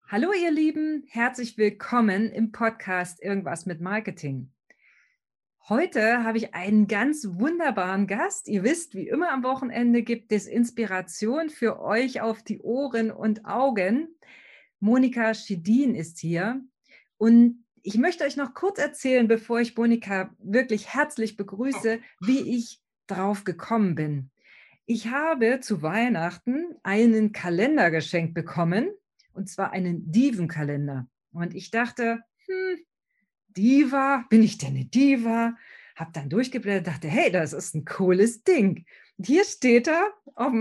Hallo ihr Lieben, herzlich willkommen im Podcast Irgendwas mit Marketing. Heute habe ich einen ganz wunderbaren Gast. Ihr wisst, wie immer am Wochenende gibt es Inspiration für euch auf die Ohren und Augen. Monika Schedin ist hier und ich möchte euch noch kurz erzählen, bevor ich Monika wirklich herzlich begrüße, wie ich drauf gekommen bin. Ich habe zu Weihnachten einen Kalender geschenkt bekommen, und zwar einen Divenkalender. Und ich dachte, Diva, bin ich denn eine Diva? Habe dann durchgeblättert, dachte, hey, das ist ein cooles Ding. Und hier steht er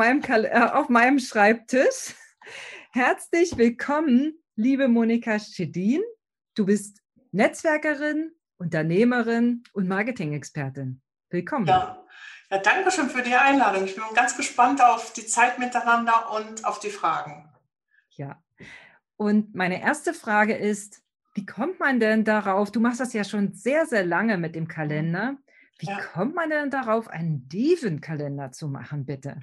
auf meinem Schreibtisch. Herzlich willkommen, liebe Monika Schedin. Du bist Netzwerkerin, Unternehmerin und Marketing-Expertin. Willkommen. Ja, danke schön für die Einladung. Ich bin ganz gespannt auf die Zeit miteinander und auf die Fragen. Ja, und meine erste Frage ist, wie kommt man denn darauf? Du machst das ja schon sehr, sehr lange mit dem Kalender. Wie Ja. kommt man denn darauf, einen Diven-Kalender zu machen, bitte?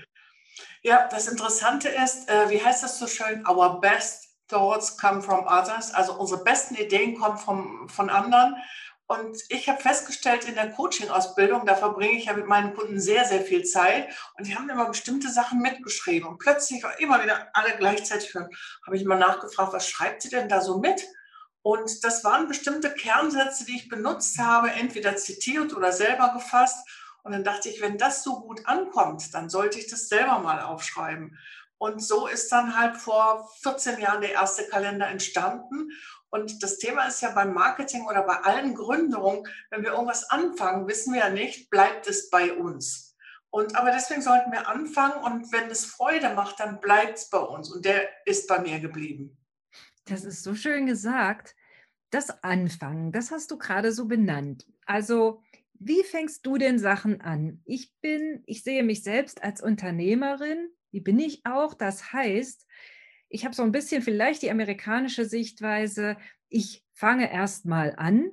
Ja, das Interessante ist, wie heißt das so schön? Our best thoughts come from others. Also unsere besten Ideen kommen von anderen. Und ich habe festgestellt in der Coaching-Ausbildung, da verbringe ich ja mit meinen Kunden sehr, sehr viel Zeit. Und die haben immer bestimmte Sachen mitgeschrieben. Und plötzlich war immer wieder alle gleichzeitig hören. Habe ich mal nachgefragt, was schreibt sie denn da so mit? Und das waren bestimmte Kernsätze, die ich benutzt habe, entweder zitiert oder selber gefasst. Und dann dachte ich, wenn das so gut ankommt, dann sollte ich das selber mal aufschreiben. Und so ist dann halt vor 14 Jahren der erste Kalender entstanden. Und das Thema ist ja beim Marketing oder bei allen Gründungen, wenn wir irgendwas anfangen, wissen wir ja nicht, bleibt es bei uns. Aber deswegen sollten wir anfangen und wenn es Freude macht, dann bleibt es bei uns. Und der ist bei mir geblieben. Das ist so schön gesagt. Das Anfangen, das hast du gerade so benannt. Also, wie fängst du denn Sachen an? Ich sehe mich selbst als Unternehmerin, die bin ich auch. Das heißt, ich habe so ein bisschen vielleicht die amerikanische Sichtweise. Ich fange erst mal an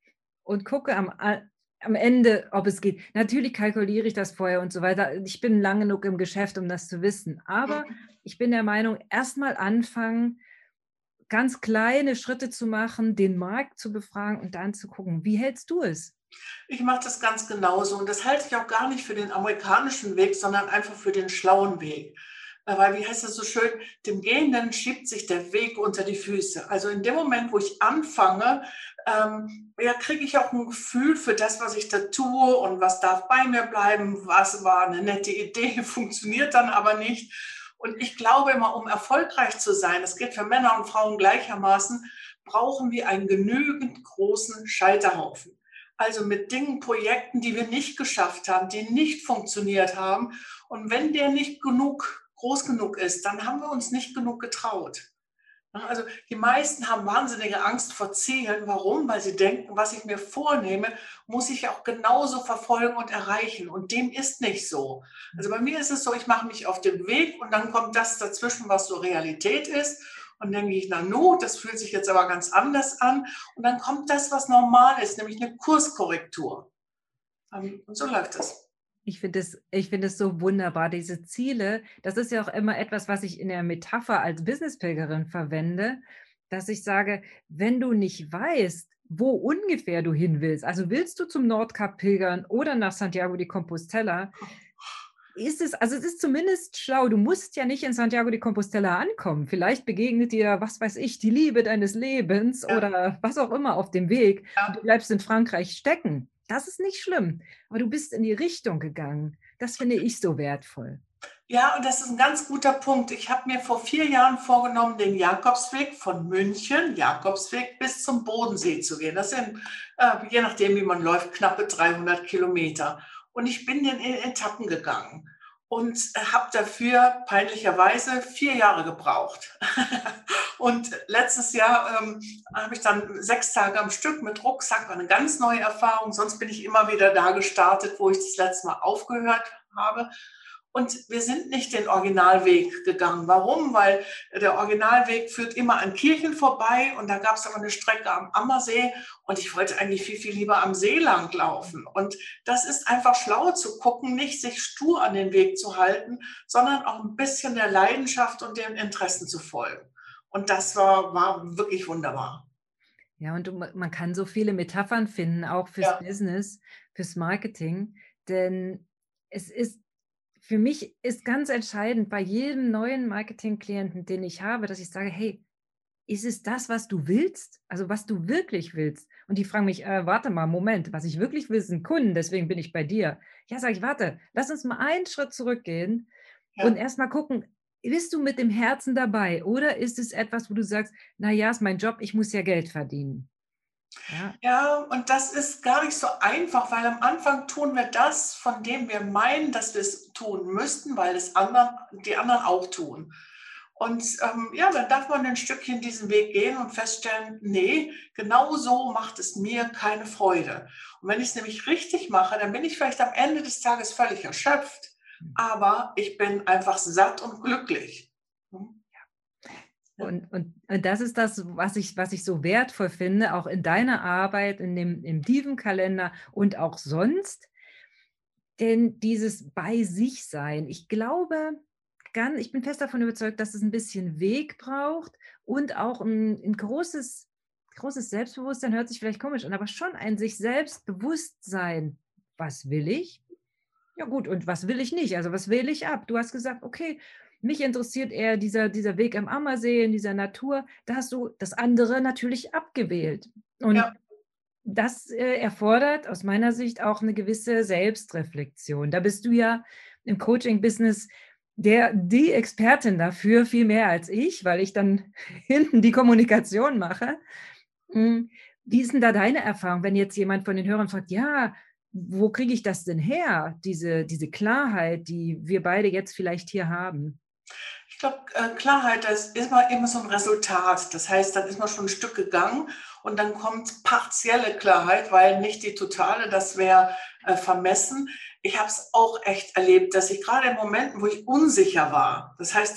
und gucke am Ende, ob es geht. Natürlich kalkuliere ich das vorher und so weiter. Ich bin lang genug im Geschäft, um das zu wissen. Aber ich bin der Meinung, erst mal anfangen, ganz kleine Schritte zu machen, den Markt zu befragen und dann zu gucken, wie hältst du es? Ich mache das ganz genauso und das halte ich auch gar nicht für den amerikanischen Weg, sondern einfach für den schlauen Weg. Weil, wie heißt das so schön, dem Gehenden schiebt sich der Weg unter die Füße. Also in dem Moment, wo ich anfange, ja, kriege ich auch ein Gefühl für das, was ich da tue und was darf bei mir bleiben, was war eine nette Idee, funktioniert dann aber nicht. Und ich glaube immer, um erfolgreich zu sein, das geht für Männer und Frauen gleichermaßen, brauchen wir einen genügend großen Scheiterhaufen. Also mit Dingen, Projekten, die wir nicht geschafft haben, die nicht funktioniert haben. Und wenn der nicht groß genug ist, dann haben wir uns nicht genug getraut. Also die meisten haben wahnsinnige Angst vor Zielen. Warum? Weil sie denken, was ich mir vornehme, muss ich auch genauso verfolgen und erreichen. Und dem ist nicht so. Also bei mir ist es so, ich mache mich auf den Weg und dann kommt das dazwischen, was so Realität ist. Und dann denke ich, na nu, das fühlt sich jetzt aber ganz anders an. Und dann kommt das, was normal ist, nämlich eine Kurskorrektur. Und so läuft es. Ich finde es so wunderbar, diese Ziele. Das ist ja auch immer etwas, was ich in der Metapher als Businesspilgerin verwende, dass ich sage, wenn du nicht weißt, wo ungefähr du hin willst, also willst du zum Nordkap pilgern oder nach Santiago de Compostela, es ist zumindest schlau. Du musst ja nicht in Santiago de Compostela ankommen. Vielleicht begegnet dir, was weiß ich, die Liebe deines Lebens Ja, oder was auch immer auf dem Weg und du ja. bleibst in Frankreich stecken. Das ist nicht schlimm, aber du bist in die Richtung gegangen. Das finde ich so wertvoll. Ja, und das ist ein ganz guter Punkt. Ich habe mir vor 4 Jahren vorgenommen, den Jakobsweg von München, Jakobsweg, bis zum Bodensee zu gehen. Das sind, je nachdem, wie man läuft, knappe 300 Kilometer. Und ich bin den in Etappen gegangen und habe dafür peinlicherweise 4 Jahre gebraucht. Und letztes Jahr habe ich dann 6 Tage am Stück mit Rucksack, war eine ganz neue Erfahrung. Sonst bin ich immer wieder da gestartet, wo ich das letzte Mal aufgehört habe. Und wir sind nicht den Originalweg gegangen. Warum? Weil der Originalweg führt immer an Kirchen vorbei und da gab es aber eine Strecke am Ammersee und ich wollte eigentlich viel, viel lieber am See lang laufen. Und das ist einfach schlau zu gucken, nicht sich stur an den Weg zu halten, sondern auch ein bisschen der Leidenschaft und den Interessen zu folgen. Und das war wirklich wunderbar. Ja, und man kann so viele Metaphern finden, auch fürs Ja, Business, fürs Marketing, denn es ist für mich ist ganz entscheidend bei jedem neuen Marketingklienten, den ich habe, dass ich sage: „Hey, ist es das, was du willst? Also, was du wirklich willst?“ Und die fragen mich: warte mal, Moment, was ich wirklich will, sind Kunden, deswegen bin ich bei dir.“ Ja, sage ich: „Warte, lass uns mal einen Schritt zurückgehen und ja. erst mal gucken, bist du mit dem Herzen dabei oder ist es etwas, wo du sagst: „Na ja, ist mein Job, ich muss ja Geld verdienen.“ Ja, Ja, und das ist gar nicht so einfach, weil am Anfang tun wir das, von dem wir meinen, dass wir es tun müssten, weil es die anderen auch tun. Und ja, dann darf man ein Stückchen diesen Weg gehen und feststellen, nee, genau so macht es mir keine Freude. Und wenn ich es nämlich richtig mache, dann bin ich vielleicht am Ende des Tages völlig erschöpft, aber ich bin einfach satt und glücklich. Hm, ja, und das ist das, was ich so wertvoll finde, auch in deiner Arbeit, in dem im Divenkalender und auch sonst. Denn dieses bei sich sein, ich glaube, ich bin fest davon überzeugt, dass es ein bisschen Weg braucht und auch ein großes Selbstbewusstsein, hört sich vielleicht komisch an, aber schon ein sich selbst bewusst sein: „Was will ich? Ja gut, und was will ich nicht? Also, was wähle ich ab?“ Du hast gesagt: „Okay, mich interessiert eher dieser Weg am Ammersee, in dieser Natur.“ Da hast du das andere natürlich abgewählt. Und ja, das, erfordert aus meiner Sicht auch 'ne gewisse Selbstreflexion. Da bist du ja im Coaching-Business die Expertin dafür, viel mehr als ich, weil ich dann hinten die Kommunikation mache. Hm, wie ist 'n da deine Erfahrung, wenn jetzt jemand von den Hörern fragt: „Ja, wo kriege ich das denn her, diese Klarheit, die wir beide jetzt vielleicht hier haben?“ ich glaube, Klarheit, das ist immer so ein Resultat. Das heißt, dann ist man schon ein Stück gegangen und dann kommt partielle Klarheit, weil nicht die totale, das wäre, vermessen. Ich habe es auch echt erlebt, dass ich gerade in Momenten, wo ich unsicher war, das heißt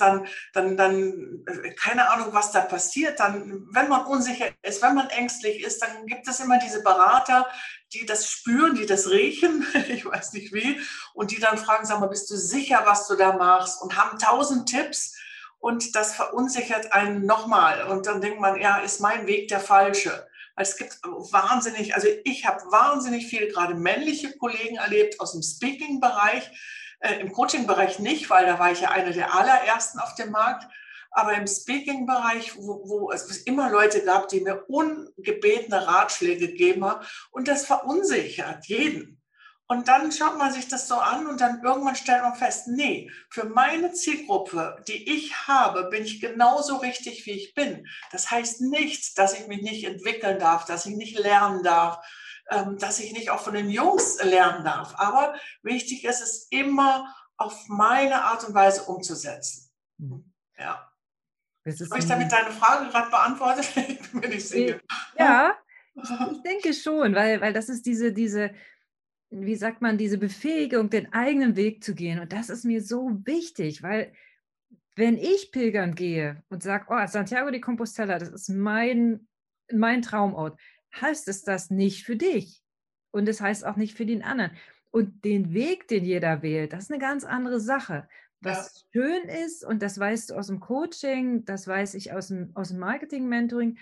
keine Ahnung, was da passiert, dann wenn man unsicher ist, wenn man ängstlich ist, dann gibt es immer diese Berater, die das spüren, die das riechen, ich weiß nicht wie, und die dann fragen: „Sag mal, bist du sicher, was du da machst?“ Und haben 1.000 Tipps und das verunsichert einen nochmal. Und dann denkt man: „Ja, ist mein Weg der falsche?“ Weil es gibt ich habe wahnsinnig viele gerade männliche Kollegen erlebt aus dem Speaking-Bereich, im Coaching-Bereich nicht, weil da war ich ja eine der allerersten auf dem Markt. Aber im Speaking-Bereich, wo es immer Leute gab, die mir ungebetene Ratschläge gegeben haben, und das verunsichert jeden. Und dann schaut man sich das so an und dann irgendwann stellt man fest, nee, für meine Zielgruppe, die ich habe, bin ich genauso richtig, wie ich bin. Das heißt nicht, dass ich mich nicht entwickeln darf, dass ich nicht lernen darf, dass ich nicht auch von den Jungs lernen darf. Aber wichtig ist es immer auf meine Art und Weise umzusetzen. Mhm. Ja. Das ist Habe ich damit 'n deine Frage gerade beantwortet? Ich bin mir nicht sicher. ja, ich denke schon, weil das ist diese wie sagt man, diese Befähigung, den eigenen Weg zu gehen. Und das ist mir so wichtig, weil wenn ich pilgern gehe und sage: „Oh, Santiago de Compostela, das ist mein Traumort“, heißt es das nicht für dich. Und es heißt auch nicht für den anderen. Und den Weg, den jeder wählt, das ist eine ganz andere Sache. Ja, Was schön ist, und das weißt du aus dem Coaching, das weiß ich aus dem Marketing-Mentoring,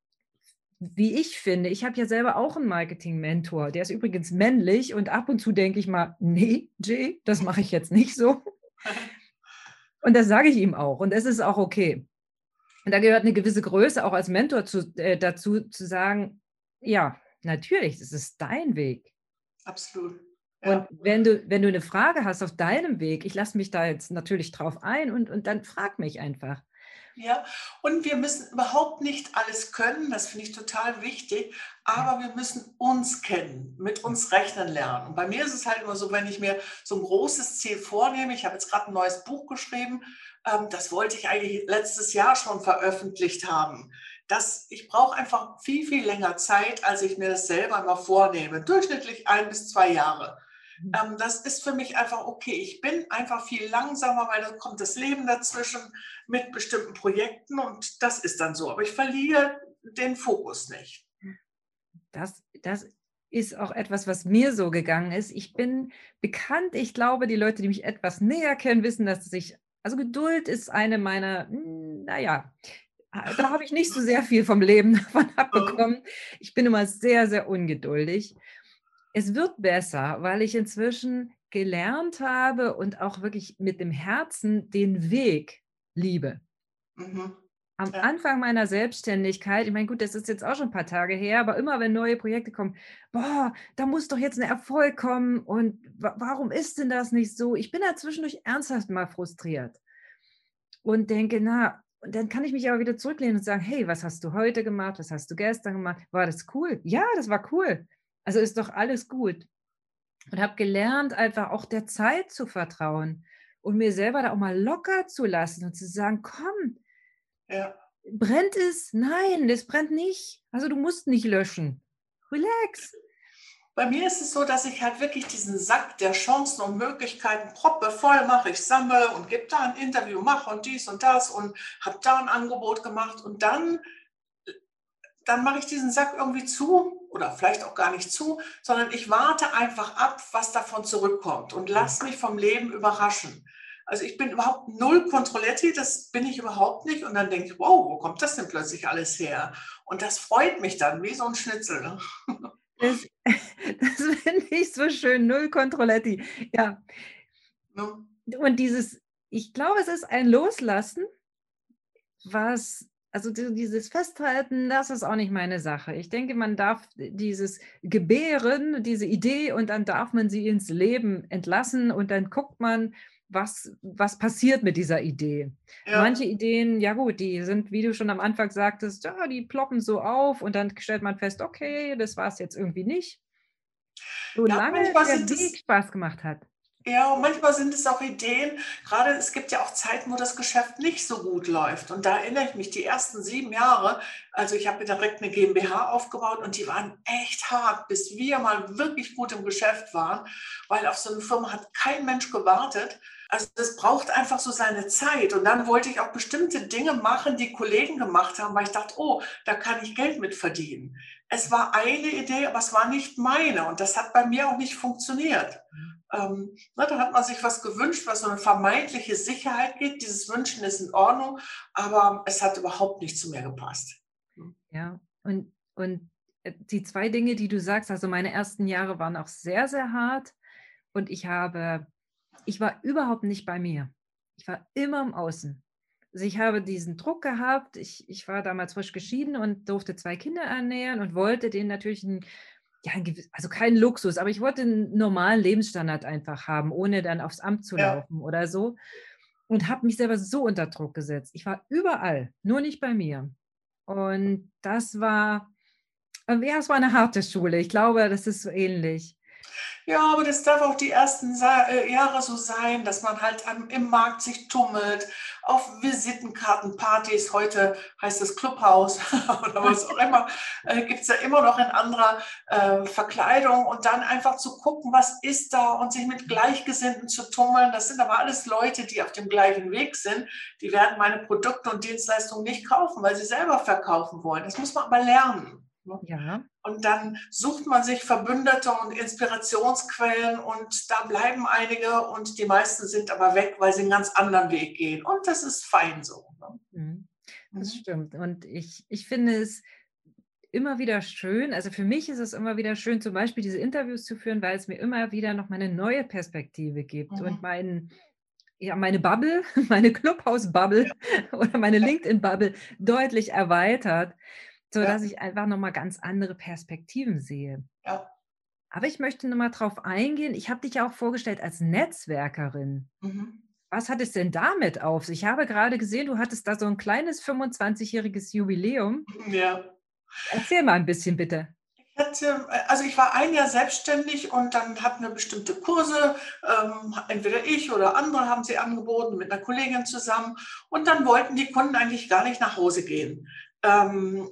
wie ich finde, ich habe ja selber auch 'n Marketing-Mentor, der ist übrigens männlich und ab und zu denke ich mal: „Ne, Jay, das mache ich jetzt nicht so.“ Und das sage ich ihm auch und es ist auch okay. Und da gehört 'ne gewisse Größe auch als Mentor dazu, zu sagen: „Ja, natürlich, das ist dein Weg. absolut. Und Ja. wenn du 'ne Frage hast auf deinem Weg, ich lasse mich da jetzt natürlich drauf ein und dann frag mich einfach.“ Ja, und wir müssen überhaupt nicht alles können, das finde ich total wichtig, Ja, aber wir müssen uns kennen, mit ja. uns rechnen lernen. Und bei mir ist es halt immer so, wenn ich mir so ein großes Ziel vornehme, ich habe jetzt gerade ein neues Buch geschrieben, das wollte ich eigentlich letztes Jahr schon veröffentlicht haben. Ich brauche einfach viel, viel länger Zeit, als ich mir das selber immer vornehme, durchschnittlich 1 bis 2 Jahre. Mhm. Das ist für mich einfach okay. Ich bin einfach viel langsamer, weil da kommt das Leben dazwischen mit bestimmten Projekten und das ist dann so. Aber ich verliere den Fokus nicht. Das ist auch etwas, was mir so gegangen ist. Ich bin bekannt, ich glaube, die Leute, die mich etwas näher kennen, wissen, dass ich also Geduld ist eine meiner, na ja, Da habe ich nicht so sehr viel vom Leben davon Ähm, abbekommen. Ich bin immer sehr, sehr ungeduldig. Es wird besser, weil ich inzwischen gelernt habe und auch wirklich mit dem Herzen den Weg liebe. mhm. Am Ja, Anfang meiner Selbstständigkeit, ich meine, gut, das ist jetzt auch schon 'n paar Tage her, aber immer wenn neue Projekte kommen: „Boah, da muss doch jetzt 'n Erfolg kommen und warum ist denn das nicht so?“ Ich bin da zwischendurch ernsthaft mal frustriert und denke: „Na“, und dann kann ich mich aber wieder zurücklehnen und sagen: „Hey, was hast du heute gemacht? Was hast du gestern gemacht? War das cool?“ „Ja, das war cool.“ Also, ist doch alles gut. Und habe gelernt, einfach auch der Zeit zu vertrauen und mir selber da auch mal locker zu lassen und zu sagen: „Komm, ja. brennt es? Nein, es brennt nicht. Also, du musst nicht löschen. Relax.“ Bei mir ist es so, dass ich halt wirklich diesen Sack der Chancen und Möglichkeiten proppevoll mache. Ich sammle und gebe da ein Interview, mache und dies und das und habe da ein Angebot gemacht und dann mache ich diesen Sack irgendwie zu oder vielleicht auch gar nicht zu, sondern ich warte einfach ab, was davon zurückkommt und lasse mich vom Leben überraschen. Also ich bin überhaupt null Controletti, das bin ich überhaupt nicht. Und dann denke ich, wow, wo kommt das denn plötzlich alles her? Und das freut mich dann, wie so ein Schnitzel. Ne? Das das finde ich so schön, null Controletti. Ja, Ne? und dieses, ich glaube, es ist ein Loslassen, was, also, dieses Festhalten, das ist auch nicht meine Sache. Ich denke, man darf dieses gebären, diese Idee, und dann darf man sie ins Leben entlassen und dann guckt man, was passiert mit dieser Idee. Ja, Manche Ideen, ja gut, die sind, wie du schon am Anfang sagtest, ja, die ploppen so auf und dann stellt man fest: „Okay, das war es jetzt irgendwie nicht“, ja, solange manchmal der sind Weg es Spaß gemacht hat. Ja, und manchmal sind es auch Ideen. Gerade es gibt ja auch Zeiten, wo das Geschäft nicht so gut läuft. Und da erinnere ich mich, die ersten 7 Jahre, also ich habe mir direkt eine GmbH aufgebaut und die waren echt hart, bis wir mal wirklich gut im Geschäft waren, weil auf so eine Firma hat kein Mensch gewartet. Also das braucht einfach so seine Zeit. Und dann wollte ich auch bestimmte Dinge machen, die Kollegen gemacht haben, weil ich dachte, oh, da kann ich Geld mit verdienen. Es war eine Idee, aber es war nicht meine. Und das hat bei mir auch nicht funktioniert. Ne, da hat man sich was gewünscht, was so eine vermeintliche Sicherheit gibt. Dieses Wünschen ist in Ordnung, aber es hat überhaupt nicht zu mir gepasst. Hm, Ja, die 2 Dinge, die du sagst, also, meine ersten Jahre waren auch sehr, sehr hart und ich war überhaupt nicht bei mir. Ich war immer im Außen. Also, ich habe diesen Druck gehabt. Ich war damals frisch geschieden und durfte 2 Kinder ernähren und wollte denen natürlich 'n, ja, 'n gewi, also, keinen Luxus, aber ich wollte 'n normalen Lebensstandard einfach haben, ohne dann aufs Amt zu ja. laufen oder so, und habe mich selber so unter Druck gesetzt. Ich war überall, nur nicht bei mir. Und das war, ja, es war 'ne harte Schule. Ich glaube, das ist so ähnlich. Ja, aber das darf auch die ersten Jahre so sein, dass man halt im Markt sich tummelt, auf Visitenkartenpartys, heute heißt es Clubhaus oder was auch immer, gibt es ja immer noch in anderer Verkleidung und dann einfach zu gucken, was ist da und sich mit Gleichgesinnten zu tummeln. Das sind aber alles Leute, die auf dem gleichen Weg sind. Die werden meine Produkte und Dienstleistungen nicht kaufen, weil sie selber verkaufen wollen. Das muss man aber lernen. Ne? Ja, Und dann sucht man sich Verbündete und Inspirationsquellen und da bleiben einige und die meisten sind aber weg, weil sie einen ganz anderen Weg gehen. Und das ist fein so. Ne? mhm, das Mhm. stimmt. Und ich finde es immer wieder schön, also, für mich ist es immer wieder schön, zum Beispiel diese Interviews zu führen, weil es mir immer wieder noch mal 'ne neue Perspektive gibt und Mhm. meine Bubble, meine Clubhouse-Bubble Ja, oder meine LinkedIn-Bubble deutlich erweitert, ja, sodass ich einfach noch mal ganz andere Perspektiven sehe. ja. Aber ich möchte noch mal drauf eingehen, ich habe dich ja auch vorgestellt als Netzwerkerin. Mhm. Was hat es denn damit auf sich? Ich habe gerade gesehen, du hattest da so 'n kleines 25-jähriges Jubiläum. Ja. Erzähl mal 'n bisschen bitte. Also ich war ein Jahr selbstständig und dann hatten wir bestimmte Kurse, entweder ich oder andere haben sie angeboten mit einer Kollegin zusammen und dann wollten die Kunden eigentlich gar nicht nach Hause gehen. Ähm,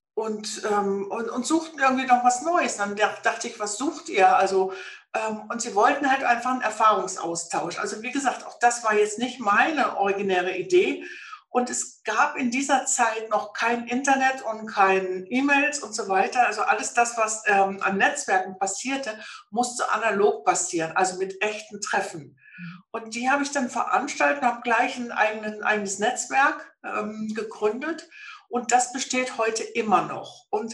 und suchten irgendwie noch was Neues. Dann dachte ich: „Was sucht ihr?“ Also, und sie wollten halt einfach einen Erfahrungsaustausch. Also, wie gesagt, auch das war jetzt nicht meine originäre Idee. Und es gab in dieser Zeit noch kein Internet und kein E-Mails und so weiter. Also, alles das, was, an Netzwerken passierte, musste analog passieren, also mit echten Treffen. Mhm. Und die habe ich dann veranstaltet und habe gleich ein eigenes Netzwerk gegründet und das besteht heute immer noch. Und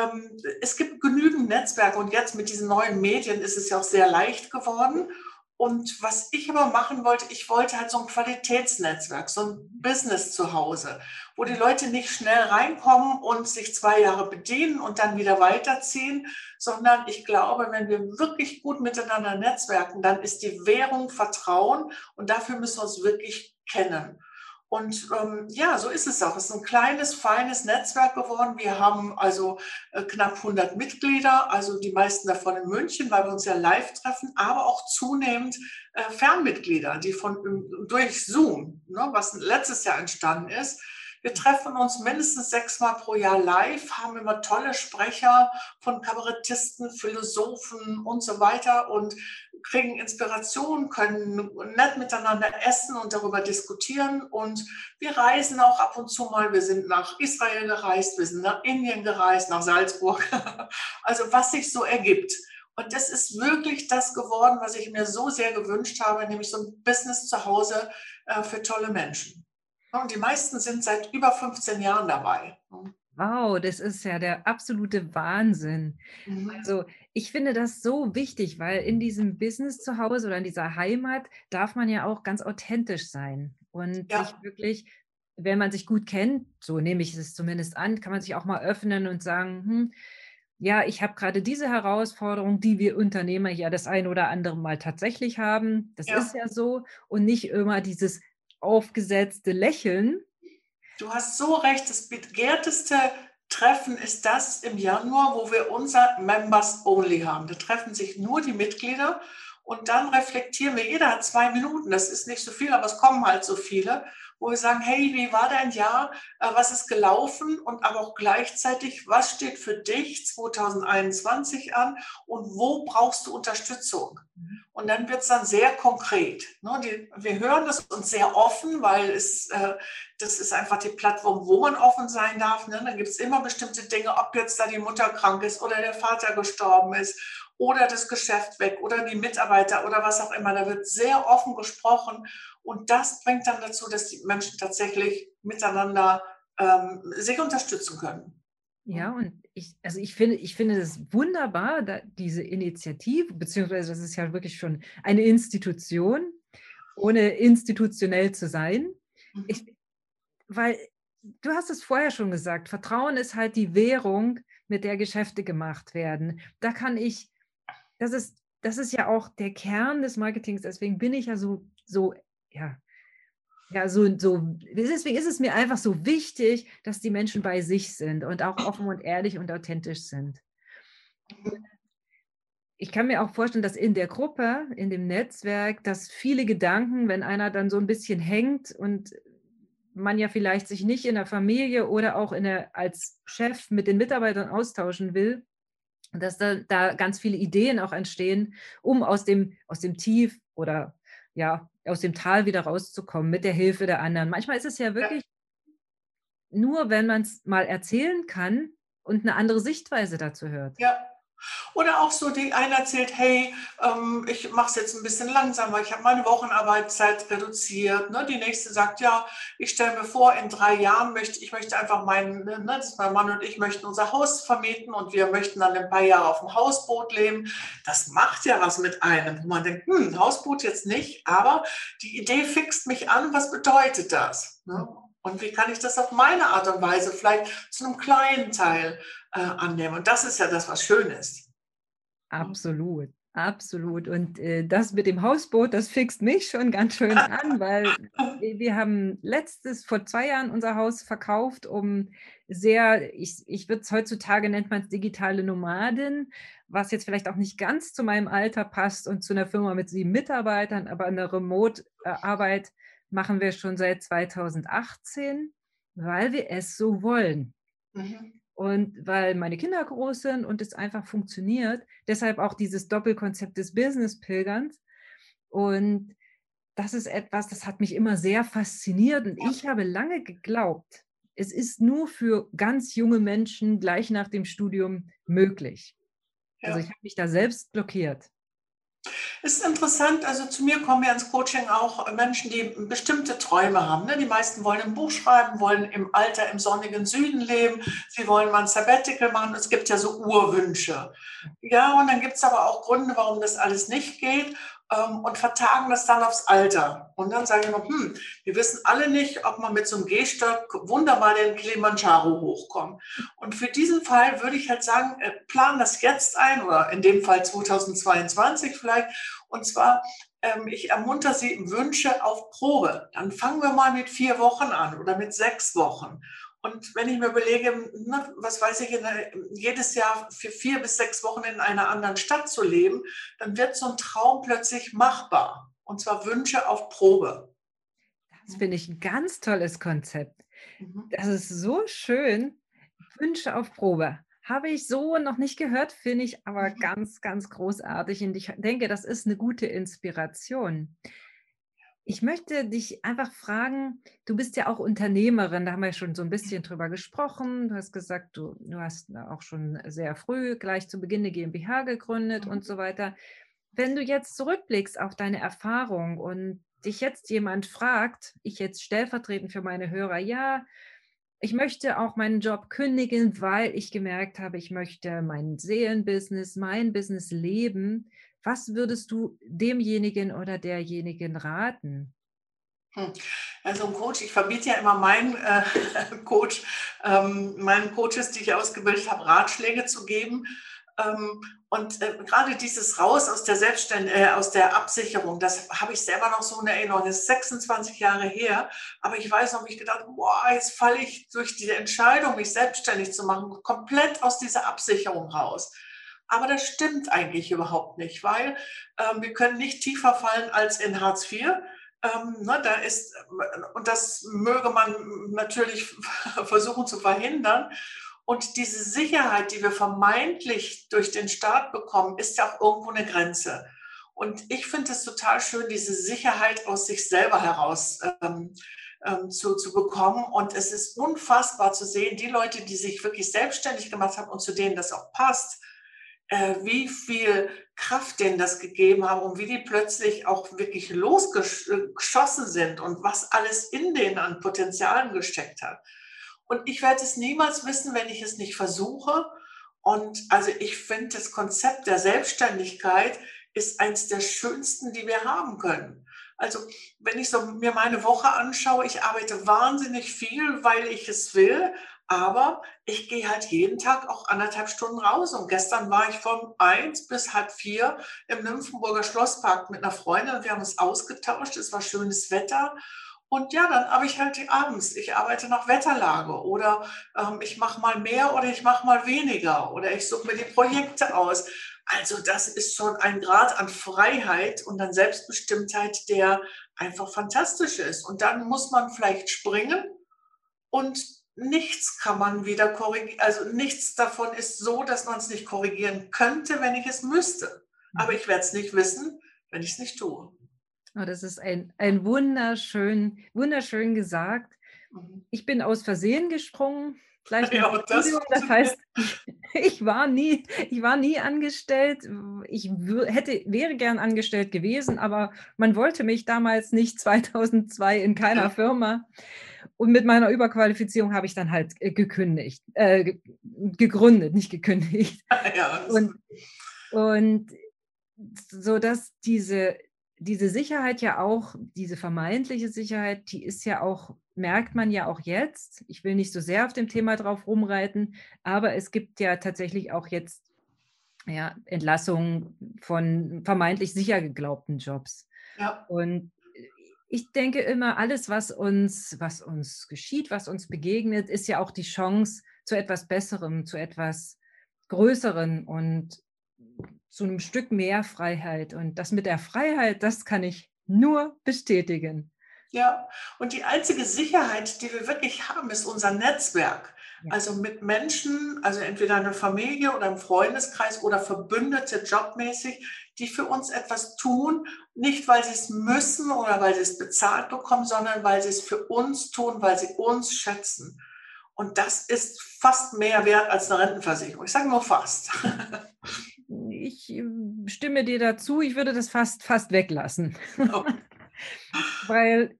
es gibt genügend Netzwerke und jetzt mit diesen neuen Medien ist es ja auch sehr leicht geworden. Und was ich aber machen wollte, ich wollte halt so ein Qualitätsnetzwerk, so ein Business zu Hause, wo die Leute nicht schnell reinkommen und sich 2 Jahre bedienen und dann wieder weiterziehen, sondern ich glaube, wenn wir wirklich gut miteinander netzwerken, dann ist die Währung Vertrauen und dafür müssen wir uns wirklich kennen. Und ja, so ist es auch. Es ist ein kleines, feines Netzwerk geworden. Wir haben also knapp 100 Mitglieder, also die meisten davon in München, weil wir uns ja live treffen, aber auch zunehmend Fernmitglieder, die durch Zoom, ne, was letztes Jahr entstanden ist. Wir treffen uns mindestens 6-mal pro Jahr live, haben immer tolle Sprecher von Kabarettisten, Philosophen und so weiter und kriegen Inspiration, können nett miteinander essen und darüber diskutieren. Und wir reisen auch ab und zu mal. Wir sind nach Israel gereist, wir sind nach Indien gereist, nach Salzburg. Also was sich so ergibt. Und das ist wirklich das geworden, was ich mir so sehr gewünscht habe, nämlich so ein Business zu Hause für tolle Menschen. Und die meisten sind seit über 15 Jahren dabei. Wow, das ist ja der absolute Wahnsinn. Mhm. Also, ich finde das so wichtig, weil in diesem Business zu Hause oder in dieser Heimat darf man ja auch ganz authentisch sein und sich Ja, wirklich, wenn man sich gut kennt, so nehme ich es zumindest an, kann man sich auch mal öffnen und sagen: ja, ich habe gerade diese Herausforderung, die wir Unternehmer ja das ein oder andere Mal tatsächlich haben. Das ist ja. ja so und nicht immer dieses aufgesetzte Lächeln. Du hast so recht, das begehrteste Treffen ist das im Januar, wo wir unser Members Only haben. Da treffen sich nur die Mitglieder und dann reflektieren wir. Jeder hat 2 Minuten, das ist nicht so viel, aber es kommen halt so viele, wo wir sagen, hey, wie war dein Jahr? Was ist gelaufen? Und aber auch gleichzeitig, was steht für dich 2021 an und wo brauchst du Unterstützung? Mhm. Und dann wird es dann sehr konkret. Ne? Wir hören das uns sehr offen, weil das ist einfach die Plattform, wo man offen sein darf. Ne? Dann gibt es immer bestimmte Dinge, ob jetzt da die Mutter krank ist oder der Vater gestorben ist oder das Geschäft weg oder die Mitarbeiter oder was auch immer. Da wird sehr offen gesprochen und das bringt dann dazu, dass die Menschen tatsächlich miteinander sich unterstützen können. Ja, und ich finde das wunderbar, da diese Initiative, beziehungsweise das ist ja wirklich schon eine Institution, ohne institutionell zu sein. Ich Mhm. weil du hast es vorher schon gesagt, Vertrauen ist halt die Währung, mit der Geschäfte gemacht werden. Da kann ich das ist ja auch der Kern des Marketings, deswegen bin ich ja so ja, ja, deswegen ist es mir einfach so wichtig, dass die Menschen bei sich sind und auch offen und ehrlich und authentisch sind. Ich kann mir auch vorstellen, dass in der Gruppe, in dem Netzwerk, dass viele Gedanken, wenn einer dann so ein bisschen hängt und man ja vielleicht sich nicht in der Familie oder auch als Chef mit den Mitarbeitern austauschen will, dass da ganz viele Ideen auch entstehen, um aus dem Tief oder, ja, aus dem Tal wieder rauszukommen mit der Hilfe der anderen. Manchmal ist es ja Ja. wirklich nur, wenn man es mal erzählen kann und eine andere Sichtweise dazu hört. Ja. Oder auch so, die einer erzählt, hey, ich mache es jetzt ein bisschen langsamer, ich habe meine Wochenarbeitszeit reduziert. Ne? Die nächste sagt, ja, ich stelle mir vor, in 3 Jahren möchte einfach das ist mein Mann und ich möchten unser Haus vermieten und wir möchten dann ein paar Jahre auf dem Hausboot leben. Das macht ja was mit einem, wo man denkt, Hausboot jetzt nicht, aber die Idee fixt mich an, was bedeutet das? Ne? Und wie kann ich das auf meine Art und Weise vielleicht zu einem kleinen Teil annehmen? Und das ist ja das, was schön ist. Absolut, absolut. Und, das mit dem Hausboot, das fixt mich schon ganz schön an, weil wir haben vor 2 Jahren unser Haus verkauft, ich würde es heutzutage nennt man's digitale Nomadin, was jetzt vielleicht auch nicht ganz zu meinem Alter passt und zu einer Firma mit 7 Mitarbeitern, aber eine Remote, Arbeit machen wir schon seit 2018, weil wir es so wollen. Mhm. Und weil meine Kinder groß sind und es einfach funktioniert, deshalb auch dieses Doppelkonzept des Business-Pilgerns. Und das ist etwas, das hat mich immer sehr fasziniert und Ja, ich habe lange geglaubt, es ist nur für ganz junge Menschen gleich nach dem Studium möglich. Also, ich ja. habe mich da selbst blockiert. Ist interessant, also zu mir kommen ja ins Coaching auch Menschen, die bestimmte Träume haben. Ne? Die meisten wollen ein Buch schreiben, wollen im Alter im sonnigen Süden leben, sie wollen mal ein Sabbatical machen. Es gibt ja so Urwünsche. Ja, und dann gibt es aber auch Gründe, warum das alles nicht geht, und vertagen das dann aufs Alter. Und dann sagen wir, wir wissen alle nicht, ob man mit so einem Gehstock wunderbar den Kilimanjaro hochkommt. Und für diesen Fall würde ich halt sagen, plan das jetzt ein oder in dem Fall 2022 vielleicht. Und zwar, ich ermuntere Sie, Wünsche auf Probe. Dann fangen wir mal mit 4 Wochen an oder mit 6 Wochen. Und wenn ich mir überlege, ne, was weiß ich, jedes Jahr für 4 bis 6 Wochen in einer anderen Stadt zu leben, dann wird so ein Traum plötzlich machbar. Und zwar Wünsche auf Probe. Das finde ich ein ganz tolles Konzept. Mhm. Das ist so schön. Wünsche auf Probe. Habe ich so noch nicht gehört, finde ich aber Mhm. ganz, ganz großartig und ich denke, das ist eine gute Inspiration. Ich möchte dich einfach fragen, du bist ja auch Unternehmerin, da haben wir ja schon so ein bisschen drüber gesprochen. Du hast gesagt, du hast auch schon sehr früh, gleich zu Beginn 'ne GmbH gegründet und Mhm. so weiter. Wenn du jetzt zurückblickst auf deine Erfahrung und dich jetzt jemand fragt, ich jetzt stellvertretend für meine Hörer: „Ja, ich möchte auch meinen Job kündigen, weil ich gemerkt habe, ich möchte mein Seelenbusiness, mein Business leben.“ Was würdest du demjenigen oder derjenigen raten? Hm. Also ein Coach, ich verbiete ja immer meinen Coach, meinen Coaches, die ich ausgebildet habe, Ratschläge zu geben. Und gerade dieses Raus aus der aus der Absicherung, das habe ich selber noch so in Erinnerung. Das ist 26 Jahre her, aber ich weiß noch, wie ich gedacht, boah, jetzt falle ich durch diese Entscheidung, mich selbstständig zu machen, komplett aus dieser Absicherung raus. Aber das stimmt eigentlich überhaupt nicht, weil wir können nicht tiefer fallen als in Hartz IV. Ne, da ist, und das möge man natürlich versuchen zu verhindern. Und diese Sicherheit, die wir vermeintlich durch den Staat bekommen, ist ja auch irgendwo eine Grenze. Und ich finde es total schön, diese Sicherheit aus sich selber heraus zu bekommen. Und es ist unfassbar zu sehen, die Leute, die sich wirklich selbstständig gemacht haben und zu denen das auch passt, wie viel Kraft denen das gegeben haben und wie die plötzlich auch wirklich losgeschossen sind und was alles in denen an Potenzialen gesteckt hat. Und ich werde es niemals wissen, wenn ich es nicht versuche. Und also ich finde, das Konzept der Selbstständigkeit ist eins der schönsten, die wir haben können. Also wenn ich so mir meine Woche anschaue, ich arbeite wahnsinnig viel, weil ich es will, aber ich gehe halt jeden Tag auch 1,5 Stunden raus. Und gestern war ich von 1 bis halb 4 im Nymphenburger Schlosspark mit einer Freundin und wir haben uns ausgetauscht. Es war schönes Wetter. Und ja, dann habe ich halt abends, ich arbeite nach Wetterlage oder ich mache mal mehr oder ich mache mal weniger oder ich suche mir die Projekte aus. Also das ist schon ein Grad an Freiheit und an Selbstbestimmtheit, der einfach fantastisch ist. Und dann muss man vielleicht springen und nichts kann man wieder korrigieren. Also nichts davon ist so, dass man es nicht korrigieren könnte, wenn ich es müsste. Aber Mhm. ich werde es nicht wissen, wenn ich es nicht tue. Oh, das ist ein wunderschön gesagt. Mhm. Ich bin aus Versehen gesprungen, gleich nach Ja, dem und das Studium. Das heißt, funktioniert. ich war nie angestellt. Ich wäre gern angestellt gewesen, aber man wollte mich damals nicht 2002 in keiner Ja, Firma. Und mit meiner Überqualifizierung habe ich dann halt, gekündigt gegründet, nicht gekündigt. ja, alles Und gut. und so dass diese Sicherheit ja auch diese vermeintliche Sicherheit, die ist ja auch merkt man ja auch jetzt. Ich will nicht so sehr auf dem Thema drauf rumreiten, aber es gibt ja tatsächlich auch jetzt, ja, Entlassungen von vermeintlich sicher geglaubten Jobs. Ja. Und ich denke immer, alles, was uns geschieht, was uns begegnet, ist ja auch die Chance zu etwas Besserem, zu etwas Größeren und zu einem Stück mehr Freiheit. Und das mit der Freiheit, das kann ich nur bestätigen. Ja, und die einzige Sicherheit, die wir wirklich haben, ist unser Netzwerk. Ja. Also mit Menschen, also entweder eine Familie oder im Freundeskreis oder Verbündete jobmäßig, die für uns etwas tun, nicht weil sie es müssen oder weil sie es bezahlt bekommen, sondern weil sie es für uns tun, weil sie uns schätzen. Und das ist fast mehr wert als eine Rentenversicherung. Ich sage nur fast. Ich stimme dir dazu, ich würde das fast weglassen. Okay. Weil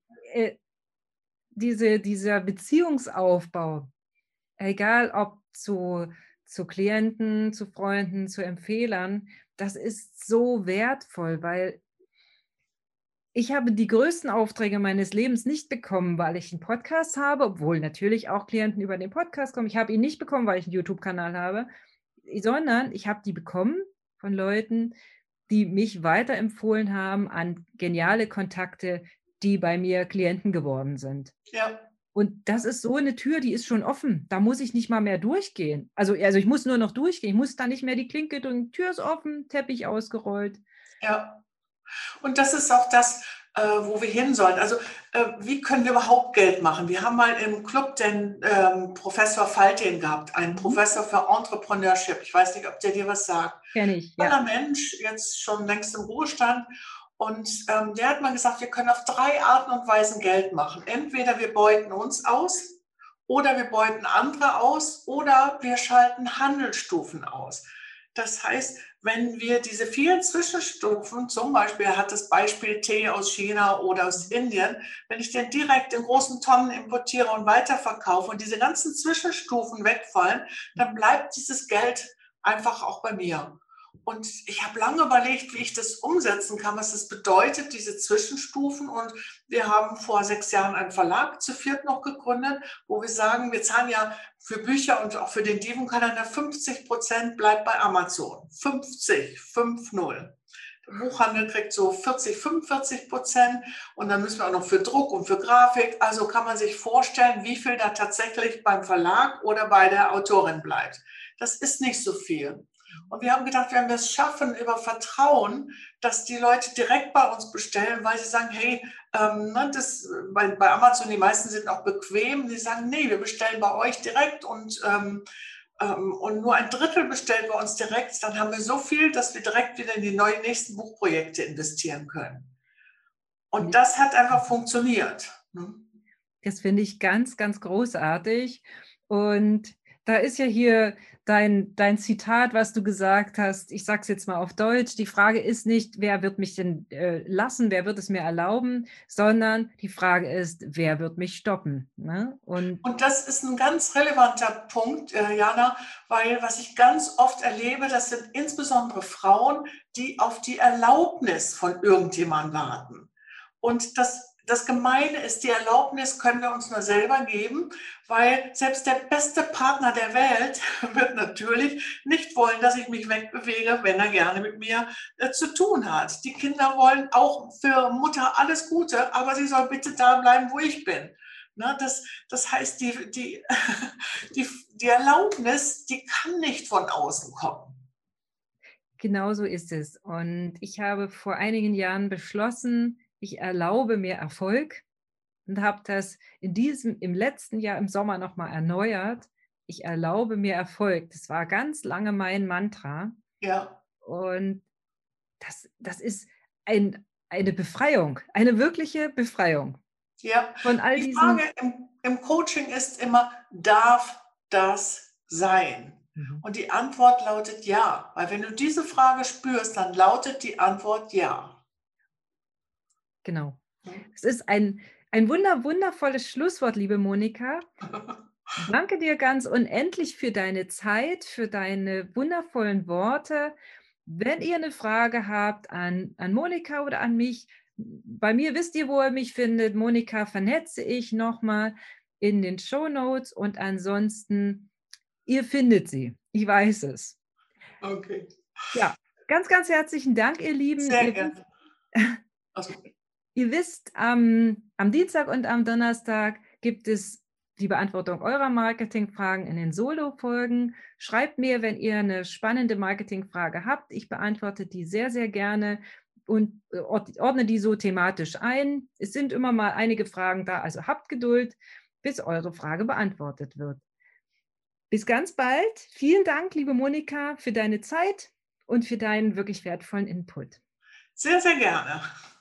dieser Beziehungsaufbau, egal ob zu Klienten, zu Freunden, zu Empfehlern, das ist so wertvoll, weil ich habe die größten Aufträge meines Lebens nicht bekommen, weil ich einen Podcast habe, obwohl natürlich auch Klienten über den Podcast kommen. Ich habe ihn nicht bekommen, weil ich einen YouTube-Kanal habe, sondern ich habe die bekommen von Leuten, die mich weiterempfohlen haben an geniale Kontakte, die bei mir Klienten geworden sind. Ja. Und das ist so eine Tür, die ist schon offen. Da muss ich nicht mal mehr durchgehen. Also ich muss nur noch durchgehen. Ich muss da nicht mehr die Klinke drücken. Tür ist offen, Teppich ausgerollt. Ja. Und das ist auch das, wo wir hin sollen. Also, wie können wir überhaupt Geld machen? Wir haben mal im Club den Professor Faltin gehabt, einen Mhm. Professor für Entrepreneurship. Ich weiß nicht, ob der dir was sagt. Kenne ich, ja. Toller Mensch, jetzt schon längst im Ruhestand. Und der hat mal gesagt, wir können auf 3 Arten und Weisen Geld machen. Entweder wir beuten uns aus oder wir beuten andere aus oder wir schalten Handelsstufen aus. Das heißt, wenn wir diese vielen Zwischenstufen, zum Beispiel, er hat das Beispiel Tee aus China oder aus Indien, wenn ich den direkt in großen Tonnen importiere und weiterverkaufe und diese ganzen Zwischenstufen wegfallen, dann bleibt dieses Geld einfach auch bei mir. Und ich habe lange überlegt, wie ich das umsetzen kann, was das bedeutet, diese Zwischenstufen. Und wir haben vor 6 Jahren einen Verlag zu viert noch gegründet, wo wir sagen, wir zahlen ja für Bücher und auch für den Divenkalender 50% bleibt bei Amazon. 50, 5-0. Der Buchhandel kriegt so 40, 45% und dann müssen wir auch noch für Druck und für Grafik. Also kann man sich vorstellen, wie viel da tatsächlich beim Verlag oder bei der Autorin bleibt. Das ist nicht so viel. Und wir haben gedacht, wenn wir es schaffen über Vertrauen, dass die Leute direkt bei uns bestellen, weil sie sagen, hey, bei Amazon, die meisten sind auch bequem, die sagen, nee, wir bestellen bei euch direkt und nur ein Drittel bestellt bei uns direkt, dann haben wir so viel, dass wir direkt wieder in die nächsten Buchprojekte investieren können. Und das hat einfach funktioniert. Das finde ich ganz, ganz großartig. Und da ist ja hier dein Zitat, was du gesagt hast. Ich sage es jetzt mal auf Deutsch. Die Frage ist nicht, wer wird mich denn lassen, wer wird es mir erlauben, sondern die Frage ist, wer wird mich stoppen? Ne? Und Und das ist ein ganz relevanter Punkt, Jana, weil was ich ganz oft erlebe, das sind insbesondere Frauen, die auf die Erlaubnis von irgendjemandem warten. Und das Gemeine ist, die Erlaubnis können wir uns nur selber geben, weil selbst der beste Partner der Welt wird natürlich nicht wollen, dass ich mich wegbewege, wenn er gerne mit mir zu tun hat. Die Kinder wollen auch für Mutter alles Gute, aber sie soll bitte da bleiben, wo ich bin. Na, das heißt, die Erlaubnis, die kann nicht von außen kommen. genau so ist es. Und ich habe vor einigen Jahren beschlossen, ich erlaube mir Erfolg und habe das im letzten Jahr im Sommer nochmal erneuert. Ich erlaube mir Erfolg. Das war ganz lange mein Mantra. Ja. Und das ist eine Befreiung, eine wirkliche Befreiung Ja, von all die Frage diesen. im Coaching ist immer, darf das sein? Mhm. Und die Antwort lautet ja, weil wenn du diese Frage spürst, dann lautet die Antwort ja. Genau. Hm? Es ist ein wundervolles Schlusswort, liebe Monika. Danke dir ganz unendlich für deine Zeit, für deine wundervollen Worte. Wenn ihr eine Frage habt an Monika oder an mich, bei mir wisst ihr, wo ihr mich findet. Monika vernetze ich nochmal in den Shownotes und ansonsten, ihr findet sie. Ich weiß es. Okay, Ja, ganz, ganz herzlichen Dank, ihr Lieben. sehr gerne. Also, Ihr wisst, am Dienstag und am Donnerstag gibt es die Beantwortung eurer Marketingfragen in den Solo-Folgen. Schreibt mir, wenn ihr eine spannende Marketingfrage habt. Ich beantworte die sehr, sehr gerne und ordne die so thematisch ein. Es sind immer mal einige Fragen da, also habt Geduld, bis eure Frage beantwortet wird. Bis ganz bald. Vielen Dank, liebe Monika, für deine Zeit und für deinen wirklich wertvollen Input. sehr, sehr gerne.